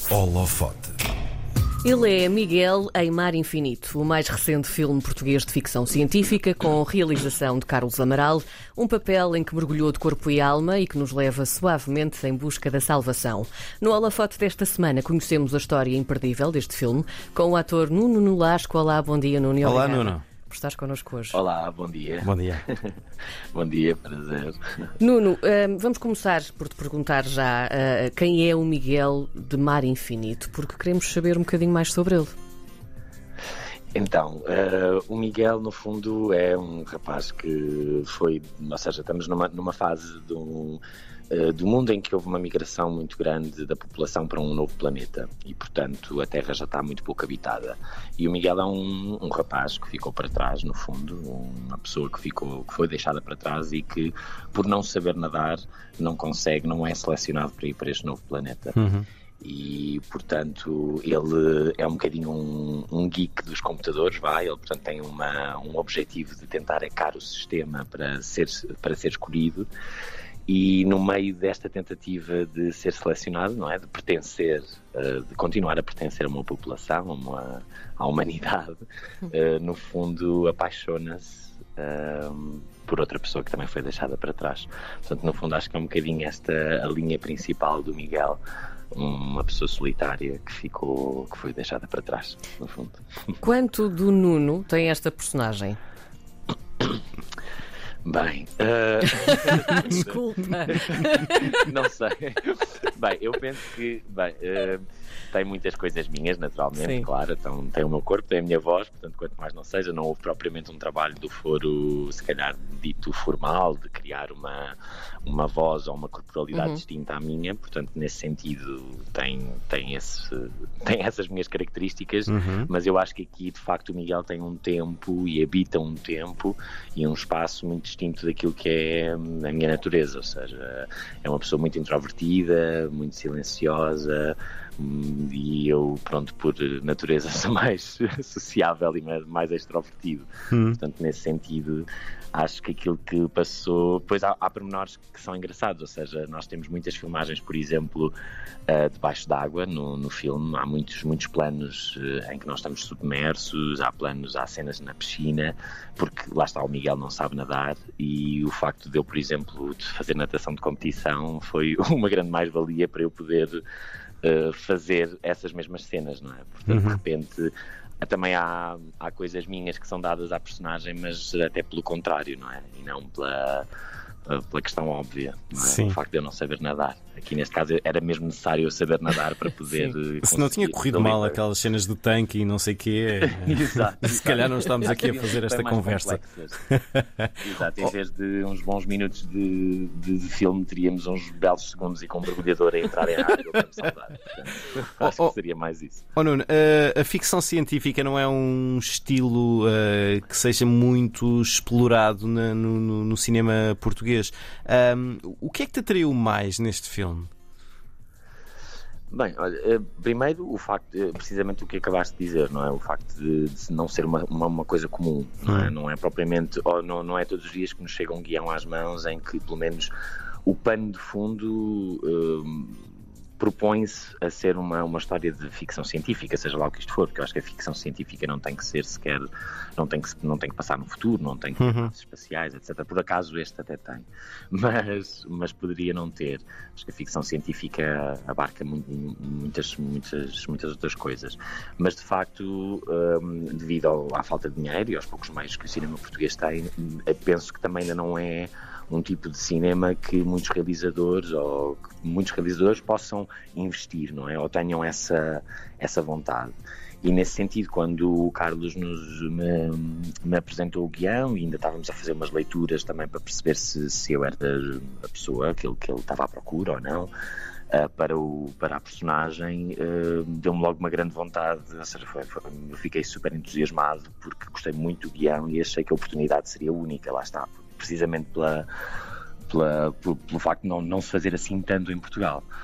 Holofote. Ele é Miguel em Mar Infinito, o mais recente filme português de ficção científica, com realização de Carlos Amaral, um papel em que mergulhou de corpo e alma e que nos leva suavemente em busca da salvação. No Holofote desta semana conhecemos a história imperdível deste filme com o ator Nuno Nolasco. Olá, bom dia, Nuno. Olá, obrigada Nuno. por estares connosco hoje. Olá, bom dia. Bom dia. Bom dia, prazer. Nuno, vamos começar por te perguntar já quem é o Miguel de Mar Infinito, porque queremos saber um bocadinho mais sobre ele. Então, o Miguel, no fundo, é um rapaz que foi, ou seja, estamos numa fase do mundo em que houve uma migração muito grande da população para um novo planeta e, portanto, a Terra já está muito pouco habitada. E o Miguel é um rapaz que ficou para trás, no fundo, uma pessoa que foi deixada para trás e que, por não saber nadar, não é selecionado para ir para este novo planeta. E, portanto, ele é um bocadinho um geek dos computadores, ele, portanto, tem um objetivo de tentar hackear o sistema para ser escolhido. E no meio desta tentativa de ser selecionado, não é, de pertencer, de continuar a pertencer a uma população, à humanidade, no fundo apaixona-se por outra pessoa que também foi deixada para trás. Portanto, no fundo, acho que é um bocadinho esta a linha principal do Miguel, uma pessoa solitária que foi deixada para trás, no fundo. Quanto do Nuno tem esta personagem? Bem, Desculpa. Não sei. Bem, eu penso que tem muitas coisas minhas, naturalmente. Sim. Claro. Então, tem o meu corpo, tem a minha voz, portanto, quanto mais não seja, não houve propriamente um trabalho do foro, se calhar dito formal, de criar uma voz ou uma corporalidade distinta à minha. Portanto, nesse sentido, tem essas minhas características, mas eu acho que aqui, de facto, o Miguel tem um tempo e habita um tempo e um espaço muito distinto daquilo que é a minha natureza, ou seja, é uma pessoa muito introvertida, muito silenciosa, e eu, pronto, por natureza sou mais sociável e mais extrovertido. Portanto, nesse sentido, acho que aquilo que passou... Pois há pormenores que são engraçados, ou seja, nós temos muitas filmagens, por exemplo, debaixo d'água no filme. Há muitos planos em que nós estamos submersos, há cenas na piscina, porque lá está, o Miguel não sabe nadar e o facto de eu, por exemplo, de fazer natação de competição foi uma grande mais-valia para eu poder fazer essas mesmas cenas, não é? Portanto, de repente... Também há coisas minhas que são dadas à personagem, mas até pelo contrário, não é? E não pela questão óbvia, não é? Sim. O facto de eu não saber nadar. Aqui neste caso era mesmo necessário eu saber nadar para poder... Se não tinha corrido mal aquelas cenas do tanque e não sei o quê, se calhar não estamos aqui a fazer esta conversa. Exato, em vez de uns bons minutos de filme, teríamos uns belos segundos e com um mergulhador a entrar em água para me salvar. Portanto, acho que seria mais isso. Nuno, a ficção científica não é um estilo que seja muito explorado no cinema português. O que é que te atraiu mais neste filme? Bem, olha, primeiro o facto, precisamente o que acabaste de dizer, não é? O facto de não ser uma coisa comum, não é? Não é propriamente, não é todos os dias que nos chega um guião às mãos em que pelo menos o pano de fundo propõe-se a ser uma história de ficção científica, seja lá o que isto for, porque eu acho que a ficção científica não tem que ser sequer, não tem que passar no futuro, não tem que ter naves espaciais, etc. Por acaso este até tem, mas poderia não ter. Acho que a ficção científica abarca muitas outras coisas, mas de facto, devido à falta de dinheiro e aos poucos meios que o cinema português tem, penso que também ainda não é um tipo de cinema que muitos realizadores possam investir, não é? Ou tenham essa vontade. E nesse sentido, quando o Carlos me apresentou o guião e ainda estávamos a fazer umas leituras também para perceber se eu era a pessoa que ele estava à procura ou não, para a personagem, deu-me logo uma grande vontade, ou seja, eu fiquei super entusiasmado porque gostei muito do guião e achei que a oportunidade seria única, lá está, precisamente pelo facto de não se fazer assim tanto em Portugal.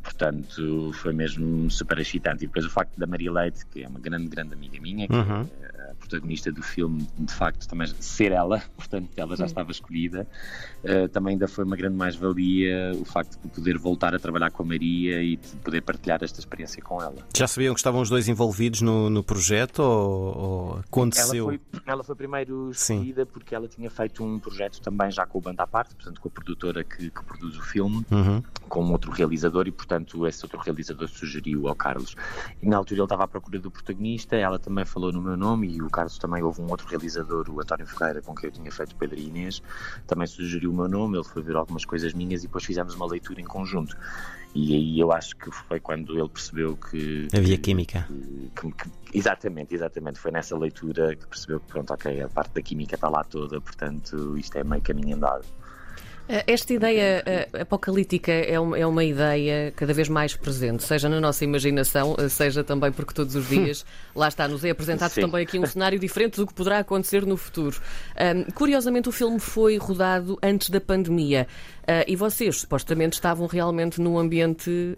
portanto foi mesmo super excitante. E depois o facto da Maria Leite, que é uma grande amiga minha, que é a protagonista do filme, de facto também ser ela, portanto ela já estava escolhida, também ainda foi uma grande mais-valia o facto de poder voltar a trabalhar com a Maria e de poder partilhar esta experiência com ela. Já sabiam que estavam os dois envolvidos no projeto ou aconteceu? Ela foi primeiro escolhida porque ela tinha feito um projeto também já com o Banda à Parte, portanto com a produtora que produz o filme, com outro realizador, e portanto esse outro realizador sugeriu ao Carlos. E na altura ele estava à procura do protagonista, ela também falou no meu nome, e o Carlos também, houve um outro realizador, o António Ferreira, com quem eu tinha feito Pedro e Inês, também sugeriu o meu nome, ele foi ver algumas coisas minhas e depois fizemos uma leitura em conjunto. E aí eu acho que foi quando ele percebeu que havia química. Exatamente, foi nessa leitura que percebeu que pronto, ok, a parte da química está lá toda, portanto isto é meio caminho andado. Esta ideia apocalíptica é uma ideia cada vez mais presente, seja na nossa imaginação, seja também porque todos os dias lá está-nos apresentado também aqui um cenário diferente do que poderá acontecer no futuro. Curiosamente, o filme foi rodado antes da pandemia e vocês supostamente estavam realmente num ambiente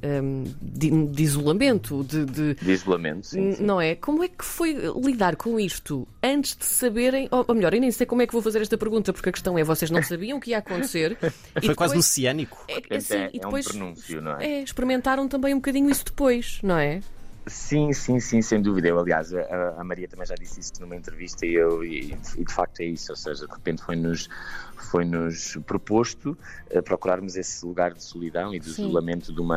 de isolamento. De isolamento, sim. Não é? Como é que foi lidar com isto antes de saberem, ou melhor, eu nem sei como é que vou fazer esta pergunta, porque a questão é, vocês não sabiam o que ia acontecer. Foi depois, quase messiânico. E depois um pronúncio, não é? Experimentaram também um bocadinho isso depois, não é? Sim, sem dúvida. Eu, aliás, a Maria também já disse isso numa entrevista e de facto é isso, ou seja, de repente foi-nos proposto procurarmos esse lugar de solidão e de isolamento de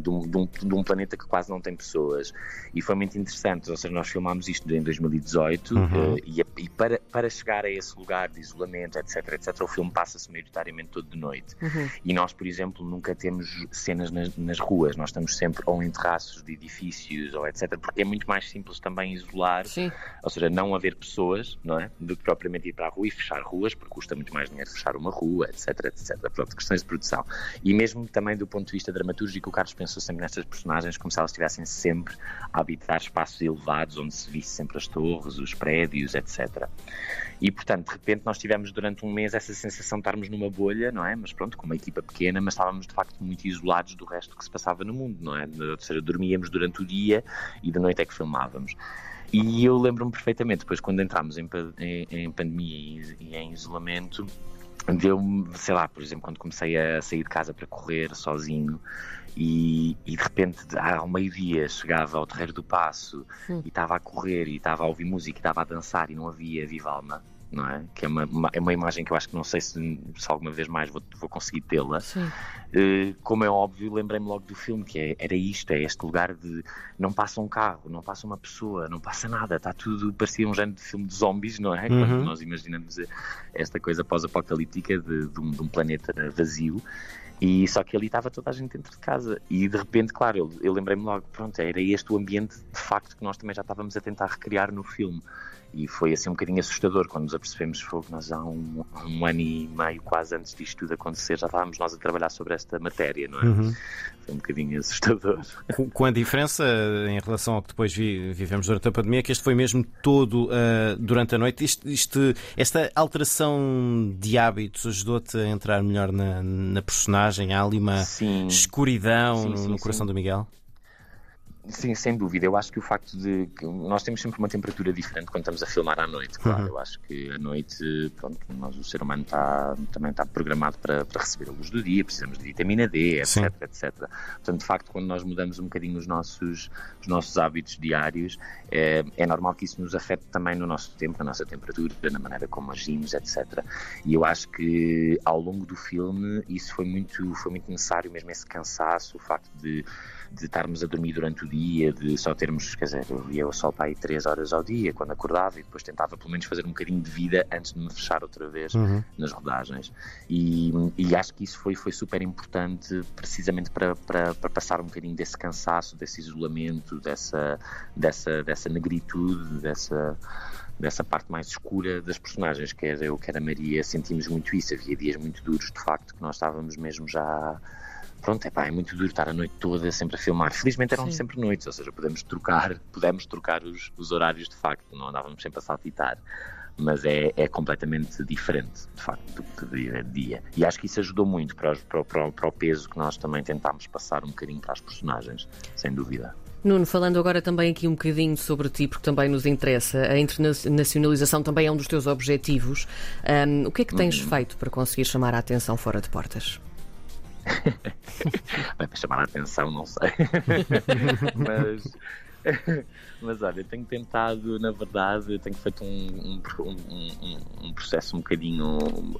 um planeta que quase não tem pessoas, e foi muito interessante, ou seja, nós filmámos isto em 2018 e para chegar a esse lugar de isolamento, etc, o filme passa-se maioritariamente todo de noite, e nós, por exemplo, nunca temos cenas nas ruas, nós estamos sempre ou em terraços de edifícios ou etc, porque é muito mais simples também isolar, ou seja, não haver pessoas, não é? Do que propriamente ir para a rua e fechar ruas, porque custa muito mais dinheiro fechar uma rua, etc. Pronto, questões de produção. E mesmo também do ponto de vista dramatúrgico, o Carlos pensou sempre nestas personagens como se elas estivessem sempre a habitar espaços elevados, onde se visse sempre as torres, os prédios, etc. E, portanto, de repente nós tivemos durante um mês essa sensação de estarmos numa bolha, não é? Mas pronto, com uma equipa pequena, mas estávamos de facto muito isolados do resto que se passava no mundo, não é? Ou seja, dormíamos durante o dia e de noite é que filmávamos. E eu lembro-me perfeitamente, depois quando entrámos em pandemia e em isolamento, deu-me, sei lá, por exemplo, quando comecei a sair de casa para correr sozinho e de repente ao meio-dia chegava ao Terreiro do Paço e estava a correr e estava a ouvir música e estava a dançar e não havia Viva Alma, não é? Que é uma imagem que eu acho que não sei se alguma vez mais vou conseguir tê-la. Como é óbvio, lembrei-me logo do filme, que era isto, é este lugar de não passa um carro, não passa uma pessoa, não passa nada, está tudo, parecia um género de filme de zombies, não é? Quando nós imaginamos esta coisa pós-apocalíptica de um planeta vazio. E só que ali estava toda a gente dentro de casa e de repente, claro, eu lembrei-me logo, pronto, era este o ambiente de facto que nós também já estávamos a tentar recriar no filme, e foi assim um bocadinho assustador quando nos apercebemos que nós há um ano e meio quase antes disto tudo acontecer já estávamos nós a trabalhar sobre esta matéria, não é? Foi um bocadinho assustador. Com a diferença em relação ao que depois vivemos durante a pandemia, que este foi mesmo todo durante a noite. Esta alteração de hábitos ajudou-te a entrar melhor na personagem? Há ali uma escuridão no coração do Miguel? Sim, sem dúvida. Eu acho que o facto de que nós temos sempre uma temperatura diferente quando estamos a filmar à noite, claro. Eu acho que à noite, pronto, o ser humano também está programado para receber a luz do dia, precisamos de vitamina D, etc. Portanto, de facto, quando nós mudamos um bocadinho os nossos hábitos diários, é normal que isso nos afete também no nosso tempo, na nossa temperatura, na maneira como agimos, etc. E eu acho que ao longo do filme isso foi muito necessário, mesmo esse cansaço, o facto de estarmos a dormir durante o dia, de só termos, quer dizer, eu via o sol para aí 3 horas ao dia quando acordava e depois tentava pelo menos fazer um bocadinho de vida antes de me fechar outra vez nas rodagens. E acho que isso foi super importante precisamente para passar um bocadinho desse cansaço, desse isolamento, dessa negritude, dessa parte mais escura das personagens, quer eu, quer a Maria, sentimos muito isso. Havia dias muito duros, de facto, que nós estávamos mesmo já... Pronto, é muito duro estar a noite toda sempre a filmar. Felizmente eram sempre noites, ou seja, pudemos trocar os horários de facto, não andávamos sempre a saltitar. mas é completamente diferente, de facto, do que dia a dia. E acho que isso ajudou muito para o peso que nós também tentámos passar um bocadinho para as personagens, sem dúvida. Nuno, falando agora também aqui um bocadinho sobre ti, porque também nos interessa, a internacionalização também é um dos teus objetivos. O que é que tens feito para conseguir chamar a atenção fora de portas? Bem, para chamar a atenção, não sei. Mas olha, eu tenho tentado, na verdade, tenho feito um processo um bocadinho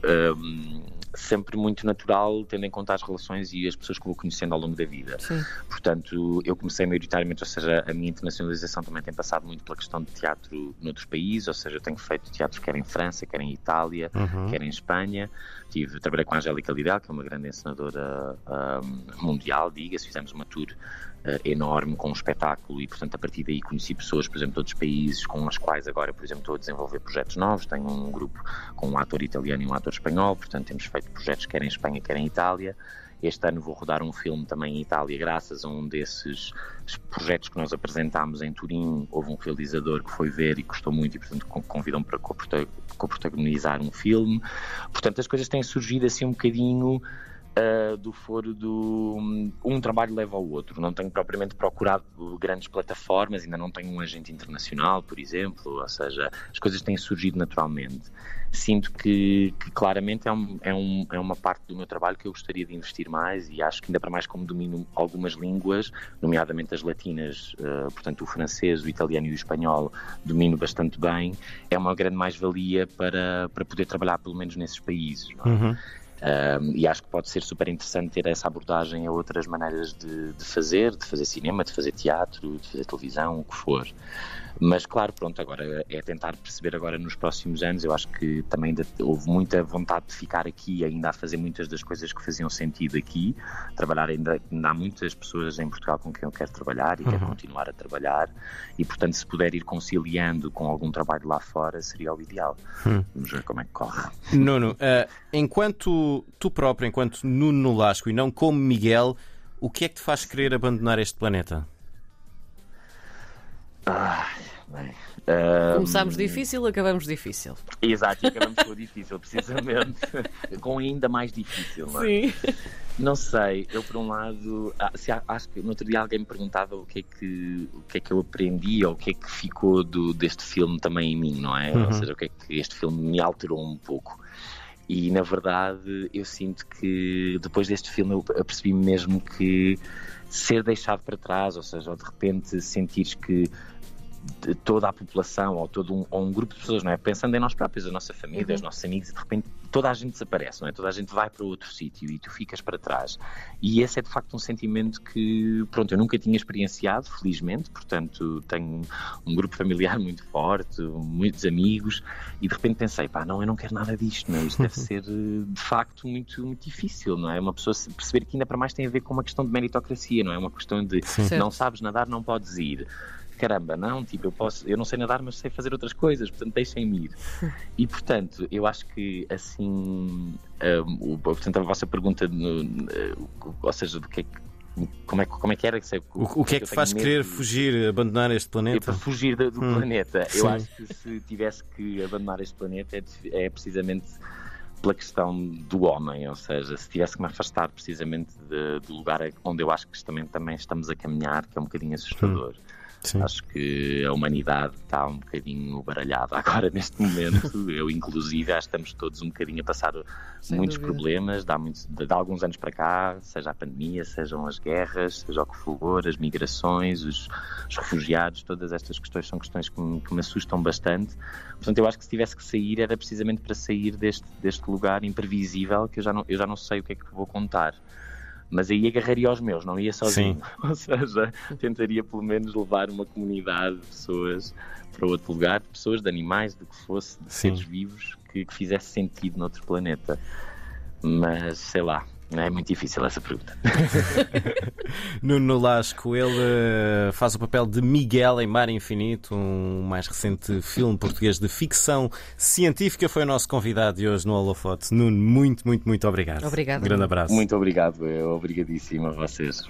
sempre muito natural, tendo em conta as relações e as pessoas que vou conhecendo ao longo da vida. Sim. Portanto, eu comecei maioritariamente, ou seja, a minha internacionalização também tem passado muito pela questão de teatro noutros países, ou seja, eu tenho feito teatro quer em França, quer em Itália, quer em Espanha. Trabalhei com a Angélica Lidl, que é uma grande encenadora mundial, diga-se, fizemos uma tour enorme com um espetáculo e, portanto, a partir daí conheci pessoas, por exemplo, de outros países com as quais agora, por exemplo, estou a desenvolver projetos novos. Tenho um grupo com um ator italiano e um ator espanhol, portanto, temos feito projetos quer em Espanha, quer em Itália. Este ano vou rodar um filme também em Itália, graças a um desses projetos que nós apresentámos em Turim. Houve um realizador que foi ver e gostou muito e, portanto, convidam-me para coprotagonizar um filme. Portanto, as coisas têm surgido assim um bocadinho do foro do... Um trabalho leva ao outro. Não tenho propriamente procurado grandes plataformas, ainda não tenho um agente internacional, por exemplo, ou seja, as coisas têm surgido naturalmente. Sinto que claramente é uma parte do meu trabalho que eu gostaria de investir mais, e acho que ainda para mais como domino algumas línguas, nomeadamente as latinas, portanto o francês, o italiano e o espanhol, domino bastante bem, é uma grande mais-valia para poder trabalhar pelo menos nesses países, não é? E acho que pode ser super interessante ter essa abordagem a outras maneiras de fazer cinema, de fazer teatro, de fazer televisão, o que for. Mas claro, pronto, agora é tentar perceber agora nos próximos anos. Eu acho que também houve muita vontade de ficar aqui ainda a fazer muitas das coisas que faziam sentido aqui, trabalhar ainda há muitas pessoas em Portugal com quem eu quero trabalhar e quero continuar a trabalhar, e portanto se puder ir conciliando com algum trabalho lá fora seria o ideal. Vamos ver como é que corre. Nuno, enquanto tu próprio, enquanto Nuno Nolasco e não como Miguel, o que é que te faz querer abandonar este planeta? Começámos difícil, acabamos difícil. Exato, e acabamos com o difícil, precisamente. Com ainda mais difícil, não é? Sim. Não sei, eu por um lado, acho que no outro dia alguém me perguntava o que é que eu aprendi, ou o que é que ficou deste filme também em mim, não é? Ou seja, o que é que este filme me alterou um pouco. E na verdade eu sinto que depois deste filme eu percebi mesmo que ser deixado para trás, ou seja, ou de repente sentires que toda a população ou um grupo de pessoas, não é? Pensando em nós próprios, a nossa família, os nossos amigos, e de repente toda a gente desaparece, não é? Toda a gente vai para outro sítio e tu ficas para trás. E esse é de facto um sentimento que, pronto, eu nunca tinha experienciado, felizmente, portanto tenho um grupo familiar muito forte, muitos amigos, e de repente pensei, não, eu não quero nada disto, não é? Isto deve ser de facto muito, muito difícil, não é? Uma pessoa perceber que ainda para mais tem a ver com uma questão de meritocracia, não é? Uma questão de não sabes nadar, não podes ir. Caramba, não, tipo, eu não sei nadar, mas sei fazer outras coisas, portanto deixem-me ir. E portanto, eu acho que assim, portanto, a vossa pergunta, ou seja, do que é que, como é que era? O que é que te faz querer fugir, abandonar este planeta? Para fugir do planeta. Eu acho que se tivesse que abandonar este planeta é precisamente pela questão do homem, ou seja, se tivesse que me afastar precisamente do lugar onde eu acho que também estamos a caminhar, que é um bocadinho assustador. Sim. Acho que a humanidade está um bocadinho baralhada agora neste momento. Eu inclusive acho que estamos todos um bocadinho a passar muitos problemas de alguns anos para cá, seja a pandemia, sejam as guerras, seja o que for, as migrações, os refugiados, todas estas questões são questões que me assustam bastante. Portanto, eu acho que se tivesse que sair era precisamente para sair deste lugar imprevisível, que eu já não sei o que é que vou contar. Mas aí agarraria aos meus, não ia sozinho. Sim. Ou seja, tentaria pelo menos levar uma comunidade de pessoas para outro lugar, de pessoas, de animais, de que fosse, de seres vivos, que fizesse sentido noutro planeta. Mas, sei lá, é muito difícil essa pergunta. Nuno Nolasco, ele faz o papel de Miguel em Mar Infinito, um mais recente filme português de ficção científica. Foi o nosso convidado de hoje no Holofote. Nuno, muito, muito, muito obrigado. Obrigado. Um grande abraço. Muito obrigado, obrigadíssimo a vocês.